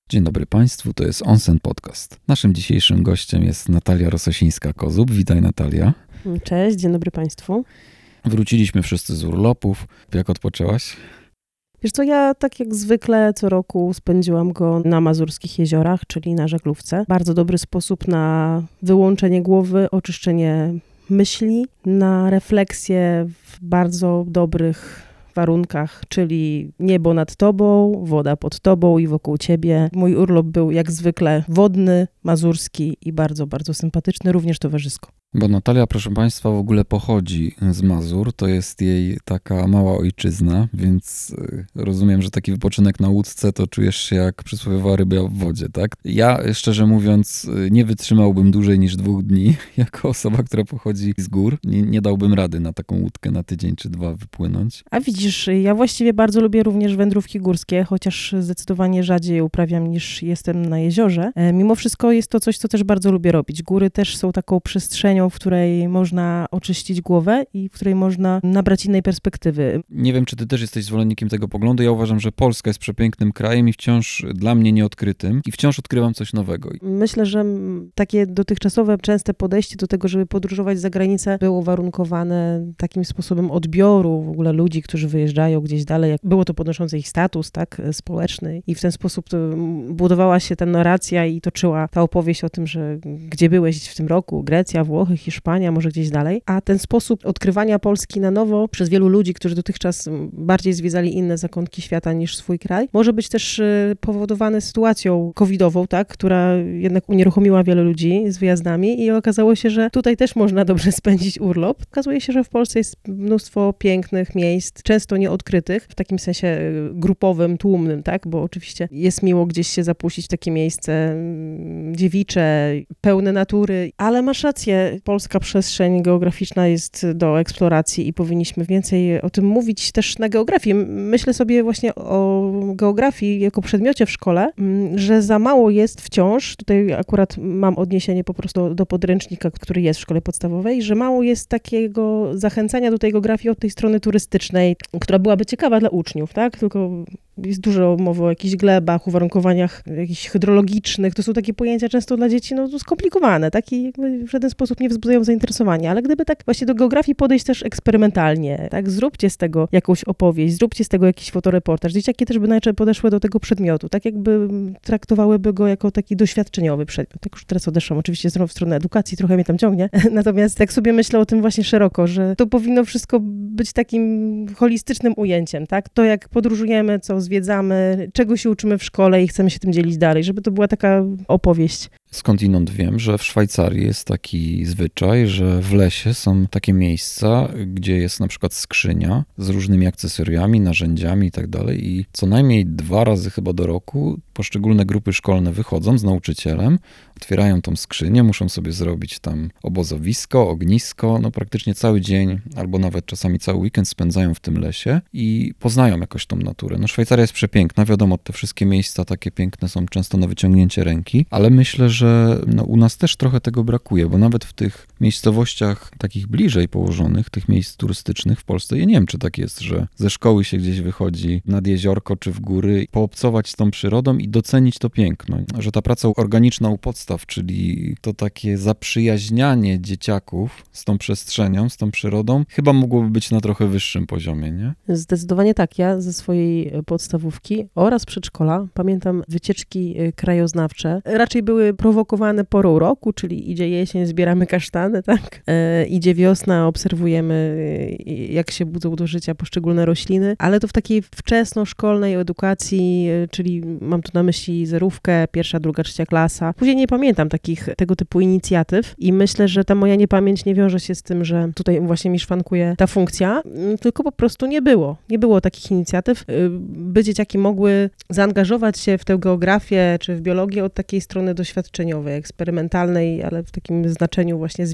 Dzień dobry Państwu, to jest Onsen Podcast. Naszym dzisiejszym gościem jest Natalia Rososińska-Kozub. Witaj, Natalia. Cześć, dzień dobry Państwu. Wróciliśmy wszyscy z urlopów. Jak odpoczęłaś? Wiesz co, ja tak jak zwykle co roku spędziłam go na Mazurskich Jeziorach, czyli na żaglówce. Bardzo dobry sposób na wyłączenie głowy, oczyszczenie myśli, na refleksję w bardzo dobrych warunkach, czyli niebo nad tobą, woda pod tobą i wokół ciebie. Mój urlop był jak zwykle wodny, mazurski i bardzo, bardzo sympatyczny, również towarzysko. Bo Natalia, proszę Państwa, w ogóle pochodzi z Mazur, to jest jej taka mała ojczyzna, więc rozumiem, że taki wypoczynek na łódce to czujesz się jak przysłowiowa ryba w wodzie, tak? Ja, szczerze mówiąc, nie wytrzymałbym dłużej niż 2 dni, jako osoba, która pochodzi z gór. Nie dałbym rady na taką łódkę na tydzień czy 2 wypłynąć. A widzisz, ja właściwie bardzo lubię również wędrówki górskie, chociaż zdecydowanie rzadziej je uprawiam niż jestem na jeziorze. Mimo wszystko jest to coś, co też bardzo lubię robić. Góry też są taką przestrzenią, w której można oczyścić głowę i w której można nabrać innej perspektywy. Nie wiem, czy ty też jesteś zwolennikiem tego poglądu. Ja uważam, że Polska jest przepięknym krajem i wciąż dla mnie nieodkrytym i wciąż odkrywam coś nowego. Myślę, że takie dotychczasowe, częste podejście do tego, żeby podróżować za granicę, było warunkowane takim sposobem odbioru w ogóle ludzi, którzy wyjeżdżają gdzieś dalej. Było to podnoszące ich status, tak, społeczny i w ten sposób budowała się ta narracja i toczyła ta opowieść o tym, że gdzie byłeś w tym roku, Grecja, Włochy, Hiszpania, może gdzieś dalej. A ten sposób odkrywania Polski na nowo przez wielu ludzi, którzy dotychczas bardziej zwiedzali inne zakątki świata niż swój kraj, może być też powodowany sytuacją covidową, tak, która jednak unieruchomiła wiele ludzi z wyjazdami i okazało się, że tutaj też można dobrze spędzić urlop. Okazuje się, że w Polsce jest mnóstwo pięknych miejsc, często nieodkrytych, w takim sensie grupowym, tłumnym, tak, bo oczywiście jest miło gdzieś się zapuścić w takie miejsce dziewicze, pełne natury, ale masz rację, polska przestrzeń geograficzna jest do eksploracji i powinniśmy więcej o tym mówić też na geografii. Myślę sobie właśnie o geografii jako przedmiocie w szkole, że za mało jest wciąż, tutaj akurat mam odniesienie po prostu do podręcznika, który jest w szkole podstawowej, że mało jest takiego zachęcania do tej geografii od tej strony turystycznej, która byłaby ciekawa dla uczniów, tak? Tylko jest dużo mowy o jakichś glebach, uwarunkowaniach jakichś hydrologicznych. To są takie pojęcia często dla dzieci skomplikowane, tak? I jakby w żaden sposób nie wzbudzają zainteresowania. Ale gdyby tak właśnie do geografii podejść też eksperymentalnie, tak? Zróbcie z tego jakąś opowieść, zróbcie z tego jakiś fotoreportaż. Dzieciaki też by najczęściej podeszły do tego przedmiotu, tak jakby traktowałyby go jako taki doświadczeniowy przedmiot. Tak już teraz odeszłam oczywiście w stronę edukacji, trochę mnie tam ciągnie. Natomiast tak sobie myślę o tym właśnie szeroko, że to powinno wszystko być takim holistycznym ujęciem, tak? To jak podróżujemy, co zwiedzamy, czego się uczymy w szkole i chcemy się tym dzielić dalej, żeby to była taka opowieść. Skądinąd wiem, że w Szwajcarii jest taki zwyczaj, że w lesie są takie miejsca, gdzie jest na przykład skrzynia z różnymi akcesoriami, narzędziami i tak dalej i co najmniej 2 razy chyba do roku poszczególne grupy szkolne wychodzą z nauczycielem, otwierają tą skrzynię, muszą sobie zrobić tam obozowisko, ognisko, praktycznie cały dzień albo nawet czasami cały weekend spędzają w tym lesie i poznają jakoś tą naturę. Szwajcaria jest przepiękna, wiadomo, te wszystkie miejsca takie piękne są często na wyciągnięcie ręki, ale myślę, że u nas też trochę tego brakuje, bo nawet w tych miejscowościach takich bliżej położonych, tych miejsc turystycznych w Polsce, ja nie wiem, czy tak jest, że ze szkoły się gdzieś wychodzi nad jeziorko czy w góry, poobcować z tą przyrodą i docenić to piękno, że ta praca organiczna u podstaw, czyli to takie zaprzyjaźnianie dzieciaków z tą przestrzenią, z tą przyrodą, chyba mogłoby być na trochę wyższym poziomie, nie? Zdecydowanie tak. Ja ze swojej podstawówki oraz przedszkola pamiętam wycieczki krajoznawcze. Raczej były prowokowane porą roku, czyli idzie jesień, zbieramy kasztany, tak? Idzie wiosna, obserwujemy, jak się budzą do życia poszczególne rośliny, ale to w takiej wczesnoszkolnej edukacji, czyli mam tu na myśli zerówkę, 1., 2., 3. klasa. Później nie pamiętam tego typu inicjatyw i myślę, że ta moja niepamięć nie wiąże się z tym, że tutaj właśnie mi szwankuje ta funkcja, tylko po prostu nie było. Nie było takich inicjatyw, by dzieciaki mogły zaangażować się w tę geografię czy w biologię od takiej strony doświadczeniowej, eksperymentalnej, ale w takim znaczeniu właśnie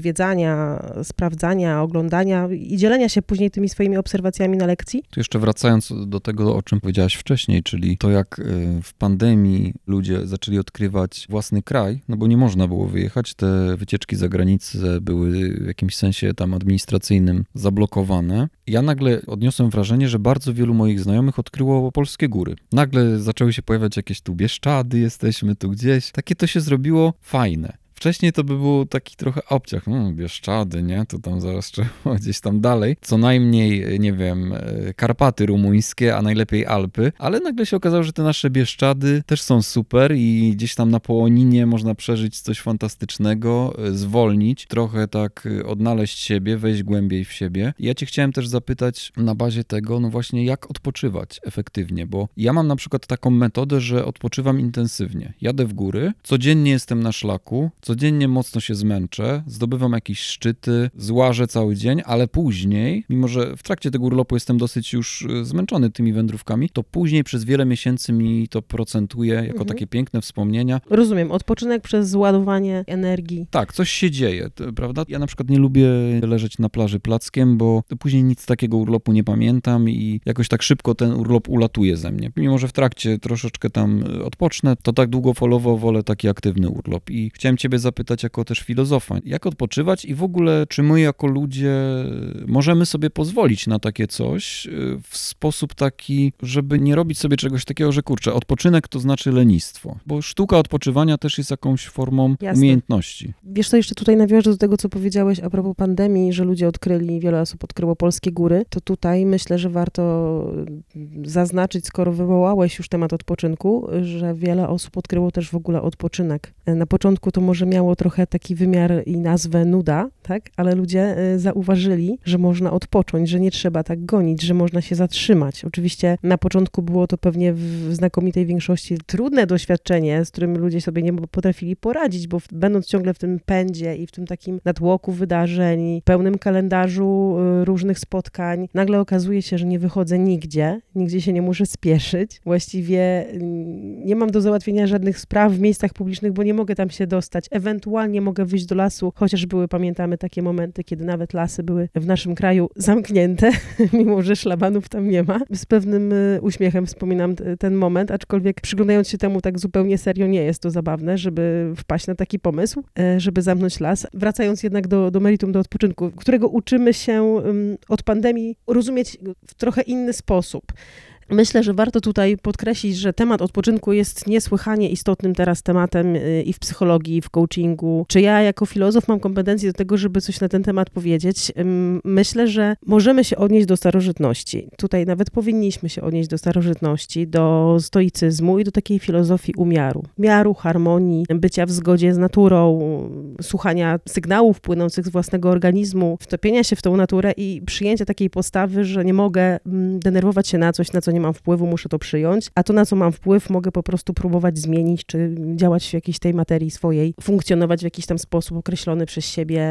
zwiedzania, sprawdzania, oglądania i dzielenia się później tymi swoimi obserwacjami na lekcji. Tu jeszcze wracając do tego, o czym powiedziałaś wcześniej, czyli to jak w pandemii ludzie zaczęli odkrywać własny kraj, no bo nie można było wyjechać, te wycieczki za granicę były w jakimś sensie tam administracyjnym zablokowane. Ja nagle odniosłem wrażenie, że bardzo wielu moich znajomych odkryło polskie góry. Nagle zaczęły się pojawiać jakieś tu Bieszczady, jesteśmy tu gdzieś. Takie to się zrobiło fajne. Wcześniej to by był taki trochę obciach, Bieszczady, nie? To tam zaraz trzeba gdzieś tam dalej. Co najmniej, nie wiem, Karpaty rumuńskie, a najlepiej Alpy. Ale nagle się okazało, że te nasze Bieszczady też są super i gdzieś tam na Połoninie można przeżyć coś fantastycznego, zwolnić, trochę tak odnaleźć siebie, wejść głębiej w siebie. I ja cię chciałem też zapytać na bazie tego, no właśnie jak odpoczywać efektywnie, bo ja mam na przykład taką metodę, że odpoczywam intensywnie. Jadę w góry, codziennie jestem na szlaku, codziennie mocno się zmęczę, zdobywam jakieś szczyty, złażę cały dzień, ale później, mimo że w trakcie tego urlopu jestem dosyć już zmęczony tymi wędrówkami, to później przez wiele miesięcy mi to procentuje jako takie piękne wspomnienia. Rozumiem, odpoczynek przez zładowanie energii. Tak, coś się dzieje, prawda? Ja na przykład nie lubię leżeć na plaży plackiem, bo później nic z takiego urlopu nie pamiętam i jakoś tak szybko ten urlop ulatuje ze mnie. Mimo że w trakcie troszeczkę tam odpocznę, to tak długofalowo wolę taki aktywny urlop. I chciałem ciebie zapytać jako też filozofa, jak odpoczywać i w ogóle czy my jako ludzie możemy sobie pozwolić na takie coś w sposób taki, żeby nie robić sobie czegoś takiego, że kurczę, odpoczynek to znaczy lenistwo, bo sztuka odpoczywania też jest jakąś formą umiejętności. Wiesz co, jeszcze tutaj nawiążę do tego, co powiedziałeś a propos pandemii, że ludzie odkryli, wiele osób odkryło polskie góry, to tutaj myślę, że warto zaznaczyć, skoro wywołałeś już temat odpoczynku, że wiele osób odkryło też w ogóle odpoczynek. Na początku to może miało trochę taki wymiar i nazwę nuda, tak? Ale ludzie zauważyli, że można odpocząć, że nie trzeba tak gonić, że można się zatrzymać. Oczywiście na początku było to pewnie w znakomitej większości trudne doświadczenie, z którym ludzie sobie nie potrafili poradzić, bo będąc ciągle w tym pędzie i w tym takim natłoku wydarzeń, pełnym kalendarzu różnych spotkań, nagle okazuje się, że nie wychodzę nigdzie się nie muszę spieszyć. Właściwie nie mam do załatwienia żadnych spraw w miejscach publicznych, bo nie mogę tam się dostać. Ewentualnie mogę wyjść do lasu, chociaż pamiętamy takie momenty, kiedy nawet lasy były w naszym kraju zamknięte, mimo że szlabanów tam nie ma. Z pewnym uśmiechem wspominam ten moment, aczkolwiek przyglądając się temu tak zupełnie serio, nie jest to zabawne, żeby wpaść na taki pomysł, żeby zamknąć las. Wracając jednak do meritum, do odpoczynku, którego uczymy się od pandemii rozumieć w trochę inny sposób. Myślę, że warto tutaj podkreślić, że temat odpoczynku jest niesłychanie istotnym teraz tematem i w psychologii, i w coachingu. Czy ja jako filozof mam kompetencje do tego, żeby coś na ten temat powiedzieć? Myślę, że możemy się odnieść do starożytności. Tutaj nawet powinniśmy się odnieść do starożytności, do stoicyzmu i do takiej filozofii umiaru. Miaru, harmonii, bycia w zgodzie z naturą, słuchania sygnałów płynących z własnego organizmu, wtopienia się w tą naturę i przyjęcia takiej postawy, że nie mogę denerwować się na coś, na co nie mam wpływu, muszę to przyjąć, a to, na co mam wpływ, mogę po prostu próbować zmienić, czy działać w jakiejś tej materii swojej, funkcjonować w jakiś tam sposób określony przez siebie,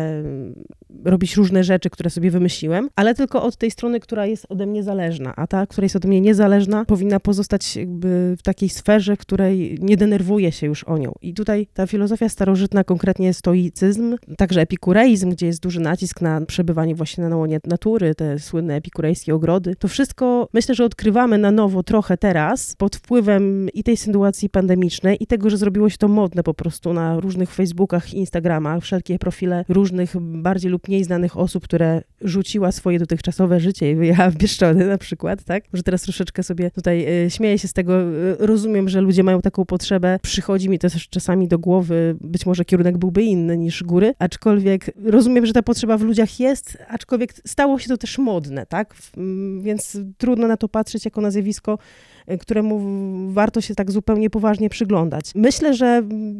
robić różne rzeczy, które sobie wymyśliłem, ale tylko od tej strony, która jest ode mnie zależna, a ta, która jest ode mnie niezależna, powinna pozostać jakby w takiej sferze, w której nie denerwuję się już o nią. I tutaj ta filozofia starożytna, konkretnie stoicyzm, także epikureizm, gdzie jest duży nacisk na przebywanie właśnie na łonie natury, te słynne epikurejskie ogrody, to wszystko myślę, że odkrywamy na nowo trochę teraz, pod wpływem i tej sytuacji pandemicznej, i tego, że zrobiło się to modne po prostu na różnych Facebookach, Instagramach, wszelkie profile różnych bardziej lub mniej znanych osób, które rzuciła swoje dotychczasowe życie i wyjechała w Bieszczady na przykład, tak? Że teraz troszeczkę sobie tutaj śmieję się z tego, rozumiem, że ludzie mają taką potrzebę, przychodzi mi to też czasami do głowy, być może kierunek byłby inny niż góry, aczkolwiek rozumiem, że ta potrzeba w ludziach jest, aczkolwiek stało się to też modne, tak? Więc trudno na to patrzeć jako na zjawisko, któremu warto się tak zupełnie poważnie przyglądać. Myślę, że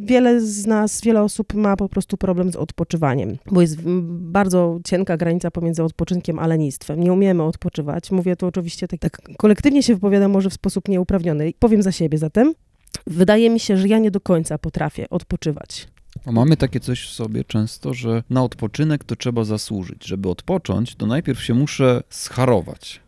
wiele osób ma po prostu problem z odpoczywaniem, bo jest bardzo cienka granica pomiędzy odpoczynkiem a lenistwem. Nie umiemy odpoczywać. Mówię to oczywiście tak kolektywnie się wypowiadam może w sposób nieuprawniony. Powiem za siebie zatem. Wydaje mi się, że ja nie do końca potrafię odpoczywać. Mamy takie coś w sobie często, że na odpoczynek to trzeba zasłużyć. Żeby odpocząć, to najpierw się muszę scharować.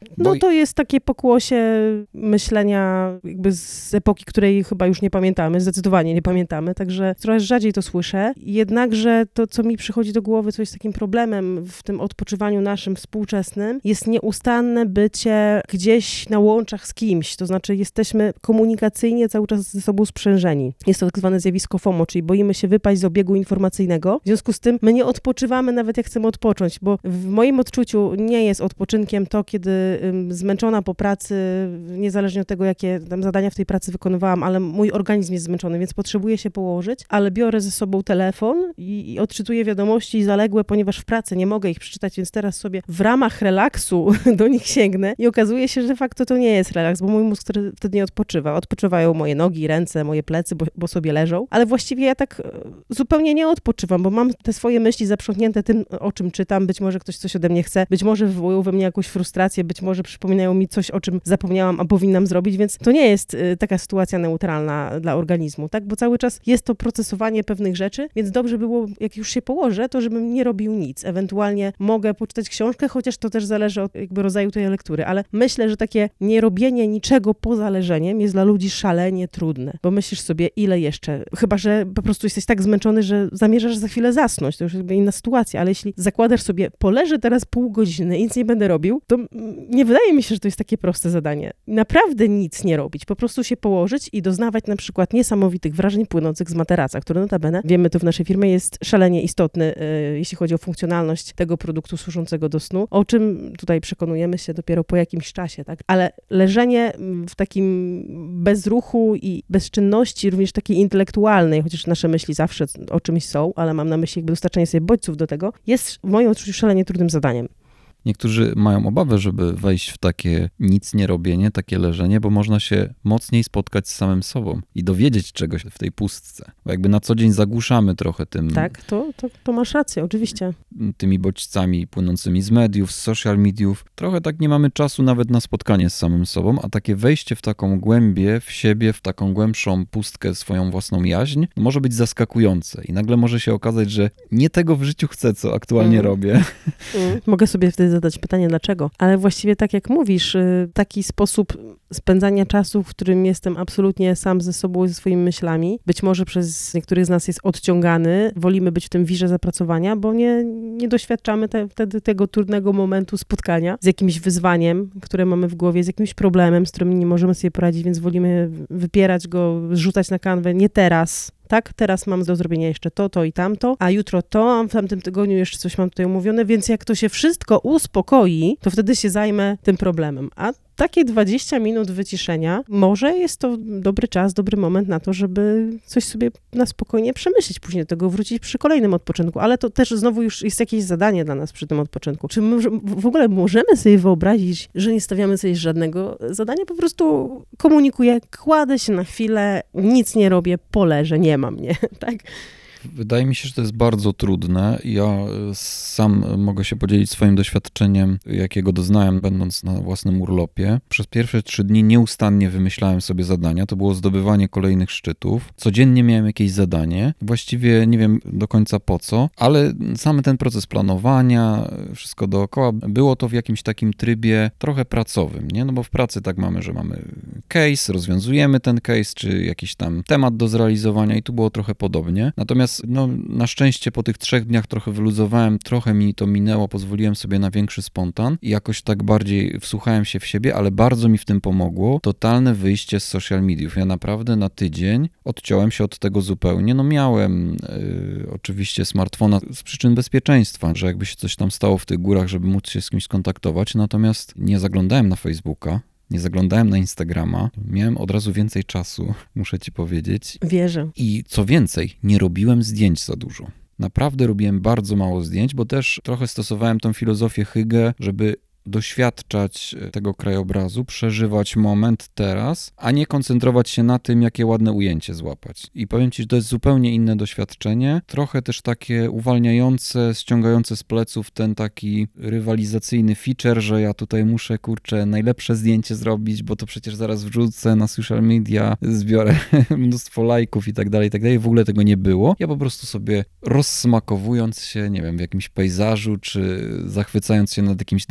No to jest takie pokłosie myślenia jakby z epoki, której chyba już nie pamiętamy, zdecydowanie nie pamiętamy, także coraz rzadziej to słyszę. Jednakże to, co mi przychodzi do głowy, co jest takim problemem w tym odpoczywaniu naszym współczesnym, jest nieustanne bycie gdzieś na łączach z kimś, to znaczy jesteśmy komunikacyjnie cały czas ze sobą sprzężeni. Jest to tak zwane zjawisko FOMO, czyli boimy się wypaść z obiegu informacyjnego. W związku z tym my nie odpoczywamy nawet jak chcemy odpocząć, bo w moim odczuciu nie jest odpoczynkiem to, kiedy zmęczona po pracy, niezależnie od tego, jakie tam zadania w tej pracy wykonywałam, ale mój organizm jest zmęczony, więc potrzebuję się położyć, ale biorę ze sobą telefon i odczytuję wiadomości zaległe, ponieważ w pracy nie mogę ich przeczytać, więc teraz sobie w ramach relaksu do nich sięgnę i okazuje się, że de facto to nie jest relaks, bo mój mózg wtedy nie odpoczywa. Odpoczywają moje nogi, ręce, moje plecy, bo sobie leżą, ale właściwie ja tak zupełnie nie odpoczywam, bo mam te swoje myśli zaprzątnięte tym, o czym czytam, być może ktoś coś ode mnie chce, być może wywołują we mnie jakąś frustrację, być może przypominają mi coś, o czym zapomniałam, a powinnam zrobić, więc to nie jest taka sytuacja neutralna dla organizmu, tak? Bo cały czas jest to procesowanie pewnych rzeczy, więc dobrze było, jak już się położę, to żebym nie robił nic. Ewentualnie mogę poczytać książkę, chociaż to też zależy od jakby rodzaju tej lektury, ale myślę, że takie nierobienie niczego poza leżeniem jest dla ludzi szalenie trudne, bo myślisz sobie, ile jeszcze, chyba że po prostu jesteś tak zmęczony, że zamierzasz za chwilę zasnąć, to już jakby inna sytuacja, ale jeśli zakładasz sobie, poleżę teraz pół godziny i nic nie będę robił, to nie wydaje mi się, że to jest takie proste zadanie. Naprawdę nic nie robić, po prostu się położyć i doznawać na przykład niesamowitych wrażeń płynących z materaca, który notabene, wiemy to w naszej firmie, jest szalenie istotny, jeśli chodzi o funkcjonalność tego produktu służącego do snu, o czym tutaj przekonujemy się dopiero po jakimś czasie, tak? Ale leżenie w takim bezruchu i bezczynności, również takiej intelektualnej, chociaż nasze myśli zawsze o czymś są, ale mam na myśli jakby dostarczanie sobie bodźców do tego, jest w moim odczuciu szalenie trudnym zadaniem. Niektórzy mają obawę, żeby wejść w takie nic nie robienie, takie leżenie, bo można się mocniej spotkać z samym sobą i dowiedzieć czegoś w tej pustce. Bo jakby na co dzień zagłuszamy trochę tym. Tak, to masz rację, oczywiście. Tymi bodźcami płynącymi z mediów, z social mediów. Trochę tak nie mamy czasu nawet na spotkanie z samym sobą, a takie wejście w taką głębię w siebie, w taką głębszą pustkę, swoją własną jaźń, może być zaskakujące i nagle może się okazać, że nie tego w życiu chcę, co aktualnie robię. Mogę sobie wtedy zadać pytanie, dlaczego? Ale właściwie tak jak mówisz, taki sposób spędzania czasu, w którym jestem absolutnie sam ze sobą i ze swoimi myślami, być może przez niektórych z nas jest odciągany, wolimy być w tym wirze zapracowania, bo nie doświadczamy wtedy tego trudnego momentu spotkania z jakimś wyzwaniem, które mamy w głowie, z jakimś problemem, z którym nie możemy sobie poradzić, więc wolimy wypierać go, zrzucać na kanwę, nie teraz. Tak, teraz mam do zrobienia jeszcze to i tamto, a jutro to, a w tamtym tygodniu jeszcze coś mam tutaj umówione, więc jak to się wszystko uspokoi, to wtedy się zajmę tym problemem. A takie 20 minut wyciszenia, może jest to dobry czas, dobry moment na to, żeby coś sobie na spokojnie przemyśleć, później do tego wrócić przy kolejnym odpoczynku, ale to też znowu już jest jakieś zadanie dla nas przy tym odpoczynku. Czy my w ogóle możemy sobie wyobrazić, że nie stawiamy sobie żadnego zadania, po prostu komunikuję, kładę się na chwilę, nic nie robię, poleżę, nie ma mnie, tak? Wydaje mi się, że to jest bardzo trudne. Ja sam mogę się podzielić swoim doświadczeniem, jakiego doznałem, będąc na własnym urlopie. Przez pierwsze 3 dni nieustannie wymyślałem sobie zadania. To było zdobywanie kolejnych szczytów. Codziennie miałem jakieś zadanie. Właściwie nie wiem do końca po co, ale sam ten proces planowania, wszystko dookoła, było to w jakimś takim trybie trochę pracowym, nie? No bo w pracy tak mamy, że mamy case, rozwiązujemy ten case, czy jakiś tam temat do zrealizowania i tu było trochę podobnie. Natomiast na szczęście po tych 3 dniach trochę wyluzowałem, trochę mi to minęło, pozwoliłem sobie na większy spontan i jakoś tak bardziej wsłuchałem się w siebie, ale bardzo mi w tym pomogło totalne wyjście z social mediów. Ja naprawdę na tydzień odciąłem się od tego zupełnie. Miałem oczywiście smartfona z przyczyn bezpieczeństwa, że jakby się coś tam stało w tych górach, żeby móc się z kimś skontaktować, natomiast nie zaglądałem na Facebooka. Nie zaglądałem na Instagrama, miałem od razu więcej czasu, muszę ci powiedzieć. Wierzę. I co więcej, nie robiłem zdjęć za dużo. Naprawdę robiłem bardzo mało zdjęć, bo też trochę stosowałem tą filozofię Hygge, żeby doświadczać tego krajobrazu, przeżywać moment teraz, a nie koncentrować się na tym, jakie ładne ujęcie złapać. I powiem ci, że to jest zupełnie inne doświadczenie, trochę też takie uwalniające, ściągające z pleców ten taki rywalizacyjny feature, że ja tutaj muszę, najlepsze zdjęcie zrobić, bo to przecież zaraz wrzucę na social media, zbiorę mnóstwo lajków i tak dalej, w ogóle tego nie było. Ja po prostu sobie rozsmakowując się, nie wiem, w jakimś pejzażu, czy zachwycając się nad jakimś detalem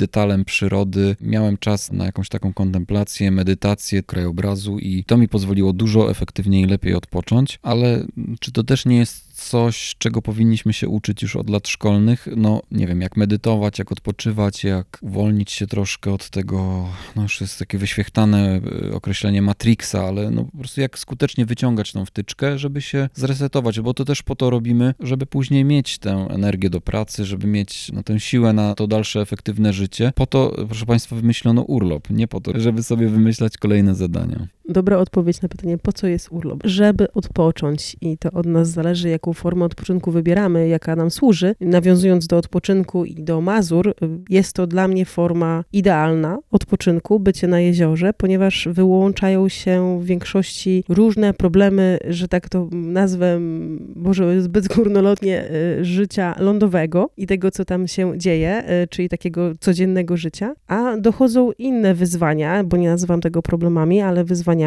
przyrody, miałem czas na jakąś taką kontemplację, medytację, krajobrazu i to mi pozwoliło dużo efektywniej i lepiej odpocząć, ale czy to też nie jest coś, czego powinniśmy się uczyć już od lat szkolnych? No nie wiem, jak medytować, jak odpoczywać, jak uwolnić się troszkę od tego, no już jest takie wyświechtane określenie Matrixa, ale no po prostu jak skutecznie wyciągać tą wtyczkę, żeby się zresetować, bo to też po to robimy, żeby później mieć tę energię do pracy, żeby mieć tę siłę na to dalsze efektywne życie. Po to, proszę Państwa, wymyślono urlop, nie po to, żeby sobie wymyślać kolejne zadania. Dobra odpowiedź na pytanie, po co jest urlop? Żeby odpocząć i to od nas zależy, jaką formę odpoczynku wybieramy, jaka nam służy. Nawiązując do odpoczynku i do Mazur, jest to dla mnie forma idealna odpoczynku, bycie na jeziorze, ponieważ wyłączają się w większości różne problemy, że tak to nazwę, może zbyt górnolotnie, życia lądowego i tego, co tam się dzieje, czyli takiego codziennego życia, a dochodzą inne wyzwania, bo nie nazywam tego problemami, ale wyzwaniami,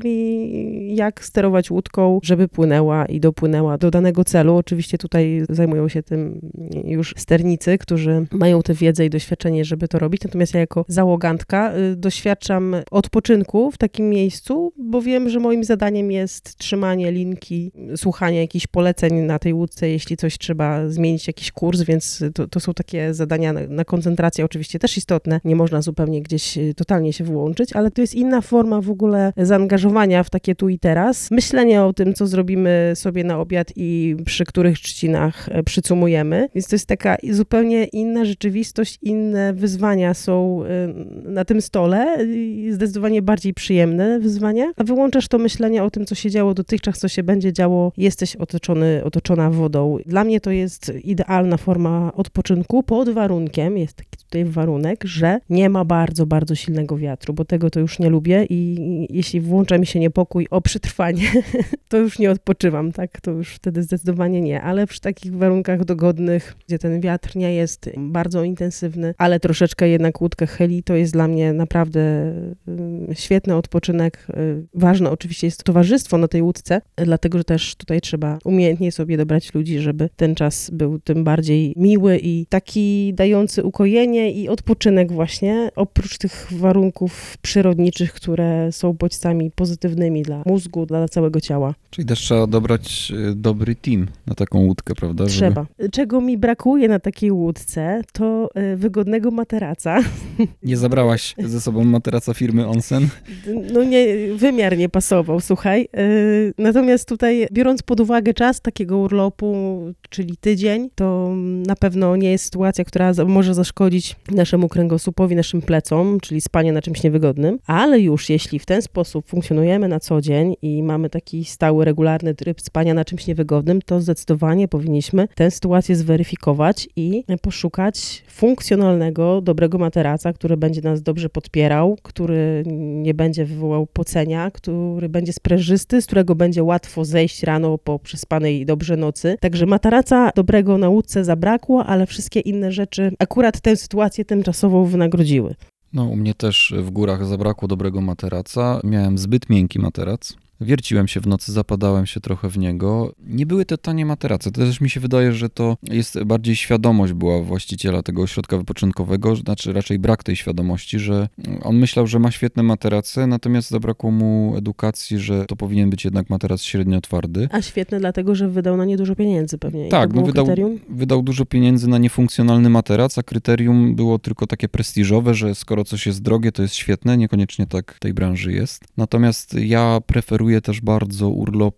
czyli jak sterować łódką, żeby płynęła i dopłynęła do danego celu. Oczywiście tutaj zajmują się tym już sternicy, którzy mają tę wiedzę i doświadczenie, żeby to robić. Natomiast ja jako załogantka doświadczam odpoczynku w takim miejscu, bo wiem, że moim zadaniem jest trzymanie linki, słuchanie jakichś poleceń na tej łódce, jeśli coś trzeba zmienić, jakiś kurs, więc to są takie zadania na koncentrację, oczywiście też istotne. Nie można zupełnie gdzieś totalnie się wyłączyć, ale to jest inna forma w ogóle zaangażowania w takie tu i teraz. Myślenie o tym, co zrobimy sobie na obiad i przy których trzcinach przycumujemy. Więc to jest taka zupełnie inna rzeczywistość, inne wyzwania są na tym stole, zdecydowanie bardziej przyjemne wyzwania, a wyłączasz to myślenie o tym, co się działo dotychczas, co się będzie działo, jesteś otoczona wodą. Dla mnie to jest idealna forma odpoczynku pod warunkiem, jest taki tutaj warunek, że nie ma bardzo, bardzo silnego wiatru, bo tego to już nie lubię i jeśli włącza mi się niepokój o przetrwanie, to już nie odpoczywam, tak? To już wtedy zdecydowanie nie, ale przy takich warunkach dogodnych, gdzie ten wiatr nie jest bardzo intensywny, ale troszeczkę jednak łódkę chyli, to jest dla mnie naprawdę świetny odpoczynek. Ważne oczywiście jest towarzystwo na tej łódce, dlatego, że też tutaj trzeba umiejętnie sobie dobrać ludzi, żeby ten czas był tym bardziej miły i taki dający ukojenie i odpoczynek właśnie, oprócz tych warunków przyrodniczych, które są bodźcami pozytywnymi dla mózgu, dla całego ciała. Czyli też trzeba dobrać dobry team na taką łódkę, prawda? Trzeba. Czego mi brakuje na takiej łódce, to wygodnego materaca. Nie zabrałaś ze sobą materaca firmy Onsen? No nie, wymiar nie pasował, słuchaj. Natomiast tutaj, biorąc pod uwagę czas takiego urlopu, czyli tydzień, to na pewno nie jest sytuacja, która może zaszkodzić naszemu kręgosłupowi, naszym plecom, czyli spanie na czymś niewygodnym, ale już jeśli w ten sposób funkcjonujemy na co dzień i mamy taki stały, regularny tryb spania na czymś niewygodnym, to zdecydowanie powinniśmy tę sytuację zweryfikować i poszukać funkcjonalnego, dobrego materaca, który będzie nas dobrze podpierał, który nie będzie wywołał pocenia, który będzie sprężysty, z którego będzie łatwo zejść rano po przespanej dobrze nocy. Także materaca dobrego na łódce zabrakło, ale wszystkie inne rzeczy akurat tę sytuację tymczasowo wynagrodziły. No, u mnie też w górach zabrakło dobrego materaca. Miałem zbyt miękki materac. Wierciłem się w nocy, zapadałem się trochę w niego. Nie były to tanie materace. To też mi się wydaje, że to jest bardziej świadomość była właściciela tego ośrodka wypoczynkowego, znaczy raczej brak tej świadomości, że on myślał, że ma świetne materace, natomiast zabrakło mu edukacji, że to powinien być jednak materac średnio twardy. A świetne dlatego, że wydał na nie dużo pieniędzy pewnie. Tak, no wydał dużo pieniędzy na niefunkcjonalny materac, a kryterium było tylko takie prestiżowe, że skoro coś jest drogie, to jest świetne. Niekoniecznie tak w tej branży jest. Natomiast ja preferuję też bardzo urlop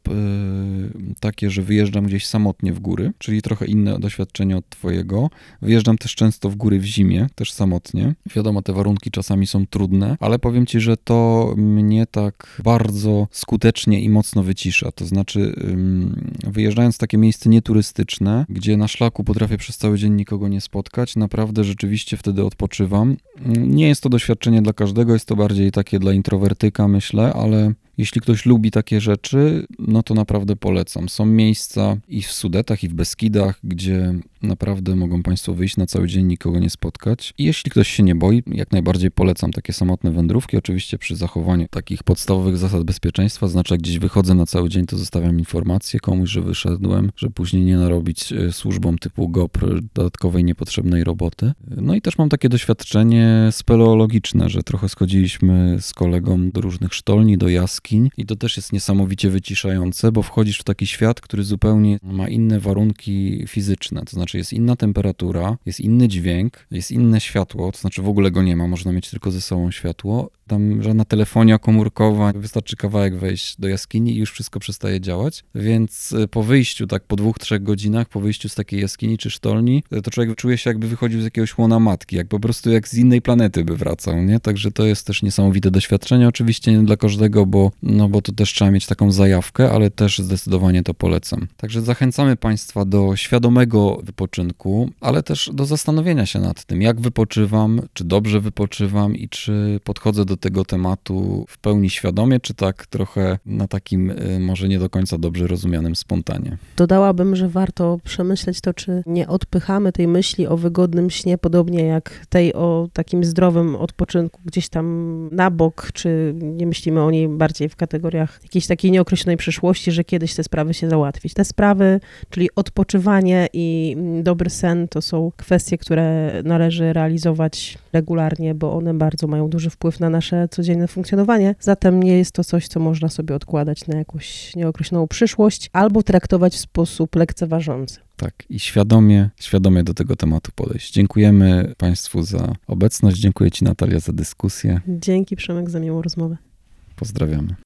takie, że wyjeżdżam gdzieś samotnie w góry, czyli trochę inne doświadczenie od twojego. Wyjeżdżam też często w góry w zimie, też samotnie. Wiadomo, te warunki czasami są trudne, ale powiem ci, że to mnie tak bardzo skutecznie i mocno wycisza. To znaczy wyjeżdżając w takie miejsce nieturystyczne, gdzie na szlaku potrafię przez cały dzień nikogo nie spotkać, naprawdę rzeczywiście wtedy odpoczywam. Nie jest to doświadczenie dla każdego, jest to bardziej takie dla introwertyka, myślę, ale Jeśli ktoś lubi takie rzeczy, no to naprawdę polecam. Są miejsca i w Sudetach, i w Beskidach, gdzie naprawdę mogą Państwo wyjść na cały dzień, nikogo nie spotkać. I jeśli ktoś się nie boi, jak najbardziej polecam takie samotne wędrówki, oczywiście przy zachowaniu takich podstawowych zasad bezpieczeństwa, znaczy jak gdzieś wychodzę na cały dzień, to zostawiam informację komuś, że wyszedłem, że później nie narobić służbom typu GoPro dodatkowej niepotrzebnej roboty. No i też mam takie doświadczenie speleologiczne, że trochę schodziliśmy z kolegą do różnych sztolni, do jaskiń i to też jest niesamowicie wyciszające, bo wchodzisz w taki świat, który zupełnie ma inne warunki fizyczne, to znaczy jest inna temperatura, jest inny dźwięk, jest inne światło, to znaczy w ogóle go nie ma, można mieć tylko ze sobą światło. Tam żadna telefonia komórkowa, wystarczy kawałek wejść do jaskini i już wszystko przestaje działać, więc po wyjściu, tak po 2-3 godzinach, po wyjściu z takiej jaskini czy sztolni, to człowiek czuje się jakby wychodził z jakiegoś łona matki, jak po prostu jak z innej planety by wracał, nie? Także to jest też niesamowite doświadczenie, oczywiście nie dla każdego, bo to też trzeba mieć taką zajawkę, ale też zdecydowanie to polecam. Także zachęcamy Państwa do świadomego wypoczynku, ale też do zastanowienia się nad tym, jak wypoczywam, czy dobrze wypoczywam i czy podchodzę do tego tematu w pełni świadomie, czy tak trochę na takim może nie do końca dobrze rozumianym spontanie. Dodałabym, że warto przemyśleć to, czy nie odpychamy tej myśli o wygodnym śnie, podobnie jak tej o takim zdrowym odpoczynku gdzieś tam na bok, czy nie myślimy o niej bardziej w kategoriach jakiejś takiej nieokreślonej przyszłości, że kiedyś te sprawy się załatwić. Te sprawy, czyli odpoczywanie i dobry sen, to są kwestie, które należy realizować regularnie, bo one bardzo mają duży wpływ na nasze codzienne funkcjonowanie. Zatem nie jest to coś, co można sobie odkładać na jakąś nieokreśloną przyszłość albo traktować w sposób lekceważący. Tak, i świadomie do tego tematu podejść. Dziękujemy Państwu za obecność, dziękuję Ci Natalia za dyskusję. Dzięki Przemek za miłą rozmowę. Pozdrawiamy.